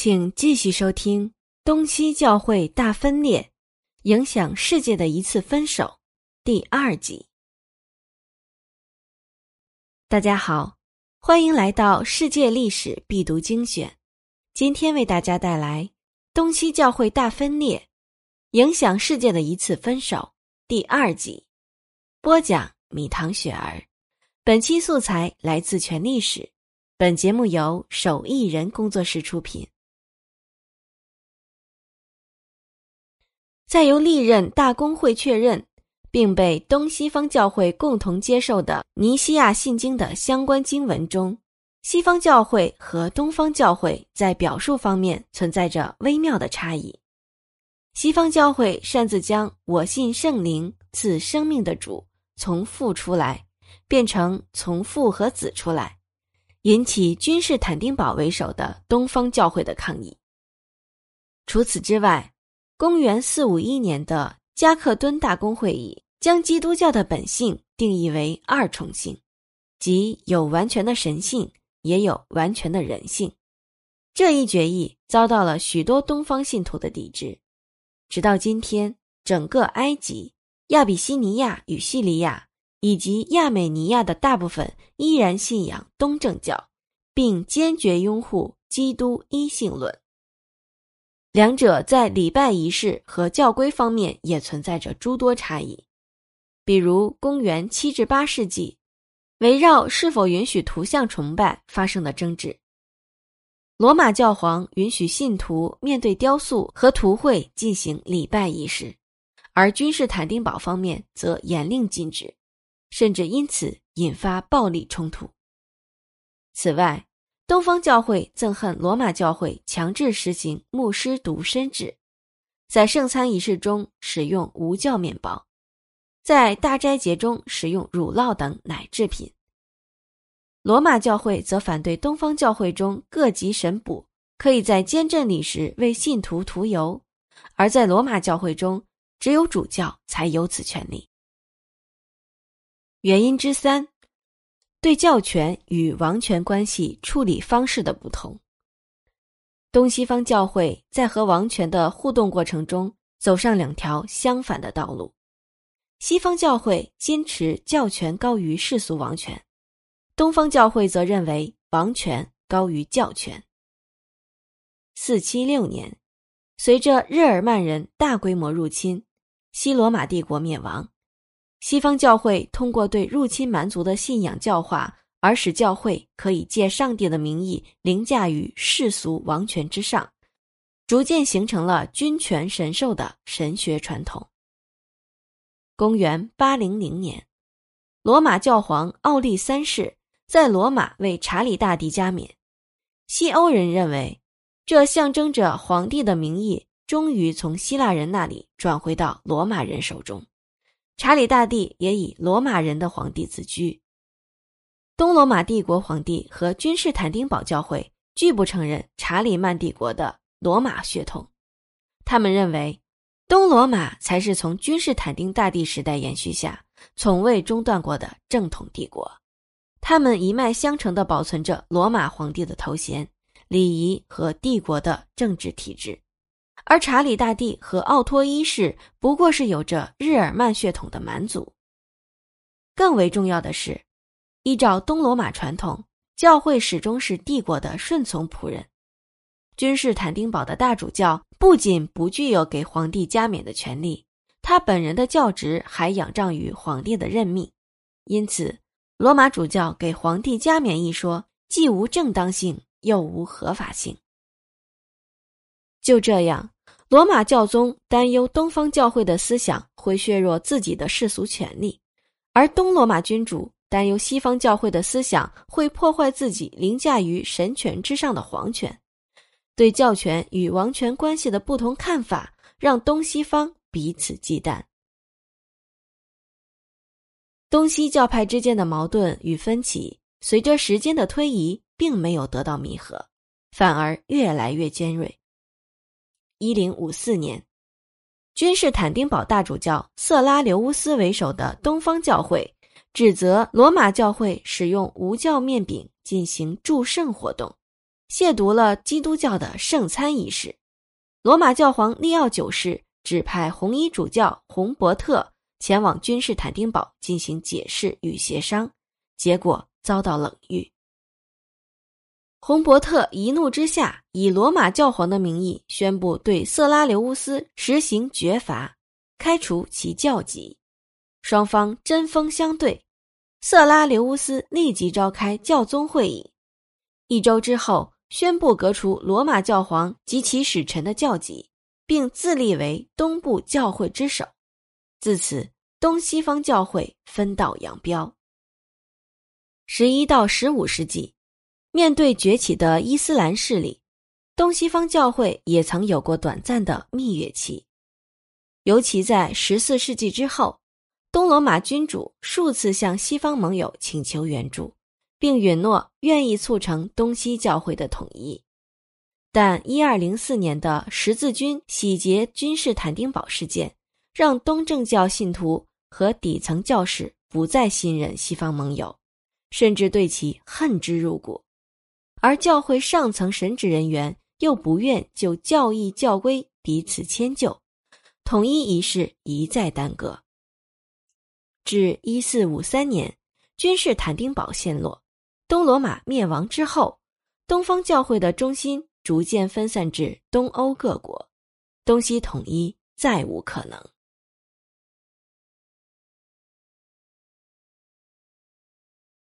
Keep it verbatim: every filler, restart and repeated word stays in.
请继续收听东西教会大分裂，影响世界的一次分手第二集。大家好，欢迎来到世界历史必读精选，今天为大家带来东西教会大分裂，影响世界的一次分手第二集。播讲米糖雪儿，本期素材来自全历史，本节目由手艺人工作室出品。在由历任大公会确认并被东西方教会共同接受的尼西亚信经的相关经文中，西方教会和东方教会在表述方面存在着微妙的差异。西方教会擅自将我信圣灵赐生命的主从父出来变成从父和子出来，引起君士坦丁堡为首的东方教会的抗议。除此之外，公元四五一年的加克敦大公会议将基督教的本性定义为二重性，即有完全的神性，也有完全的人性。这一决议遭到了许多东方信徒的抵制，直到今天，整个埃及、亚比西尼亚与叙利亚以及亚美尼亚的大部分依然信仰东正教，并坚决拥护基督一性论。两者在礼拜仪式和教规方面也存在着诸多差异，比如公元七至八世纪，围绕是否允许图像崇拜发生的争执。罗马教皇允许信徒面对雕塑和图绘进行礼拜仪式，而君士坦丁堡方面则严令禁止，甚至因此引发暴力冲突。此外，东方教会憎恨罗马教会强制实行牧师独身制，在圣餐仪式中使用无酵面包，在大斋节中使用乳酪等奶制品。罗马教会则反对东方教会中各级神捕可以在监镇礼时为信徒涂油，而在罗马教会中只有主教才有此权利。原因之三，对教权与王权关系处理方式的不同。东西方教会在和王权的互动过程中走上两条相反的道路。西方教会坚持教权高于世俗王权，东方教会则认为王权高于教权。四七六年，随着日耳曼人大规模入侵，西罗马帝国灭亡，西方教会通过对入侵蛮族的信仰教化，而使教会可以借上帝的名义凌驾于世俗王权之上，逐渐形成了君权神授的神学传统。公元八零零年，罗马教皇奥利三世在罗马为查理大帝加冕，西欧人认为这象征着皇帝的名义终于从希腊人那里转回到罗马人手中，查理大帝也以罗马人的皇帝自居。东罗马帝国皇帝和君士坦丁堡教会拒不承认查理曼帝国的罗马血统，他们认为东罗马才是从君士坦丁大帝时代延续下从未中断过的正统帝国，他们一脉相承地保存着罗马皇帝的头衔、礼仪和帝国的政治体制，而查理大帝和奥托一世不过是有着日耳曼血统的蛮族。更为重要的是，依照东罗马传统，教会始终是帝国的顺从仆人。君士坦丁堡的大主教不仅不具有给皇帝加冕的权利，他本人的教职还仰仗于皇帝的任命，因此罗马主教给皇帝加冕一说既无正当性又无合法性。就这样，罗马教宗担忧东方教会的思想会削弱自己的世俗权利，而东罗马君主担忧西方教会的思想会破坏自己凌驾于神权之上的皇权。对教权与王权关系的不同看法让东西方彼此忌惮。东西教派之间的矛盾与分歧随着时间的推移并没有得到弥合，反而越来越尖锐。一零五四年，君士坦丁堡大主教色拉留乌斯为首的东方教会指责罗马教会使用无酵面饼进行祝圣活动， 亵渎了基督教的圣餐仪式。罗马教皇利奥九世指派红衣主教洪伯特前往君士坦丁堡进行解释与协商，结果遭到冷遇。洪伯特一怒之下，以罗马教皇的名义宣布对色拉留乌斯实行绝罚，开除其教籍。双方针锋相对，色拉留乌斯立即召开教宗会议，一周之后宣布革除罗马教皇及其使臣的教籍，并自立为东部教会之首。自此，东西方教会分道扬镳。十一到十五世纪，面对崛起的伊斯兰势力，东西方教会也曾有过短暂的蜜月期。尤其在十四世纪之后，东罗马君主数次向西方盟友请求援助，并允诺愿意促成东西教会的统一。但一二零四年的十字军洗劫君士坦丁堡事件，让东正教信徒和底层教士不再信任西方盟友，甚至对其恨之入骨。而教会上层神职人员又不愿就教义教规彼此迁就，统一仪式一再耽搁。至一四五三年，君士坦丁堡陷落，东罗马灭亡之后，东方教会的中心逐渐分散至东欧各国，东西统一再无可能。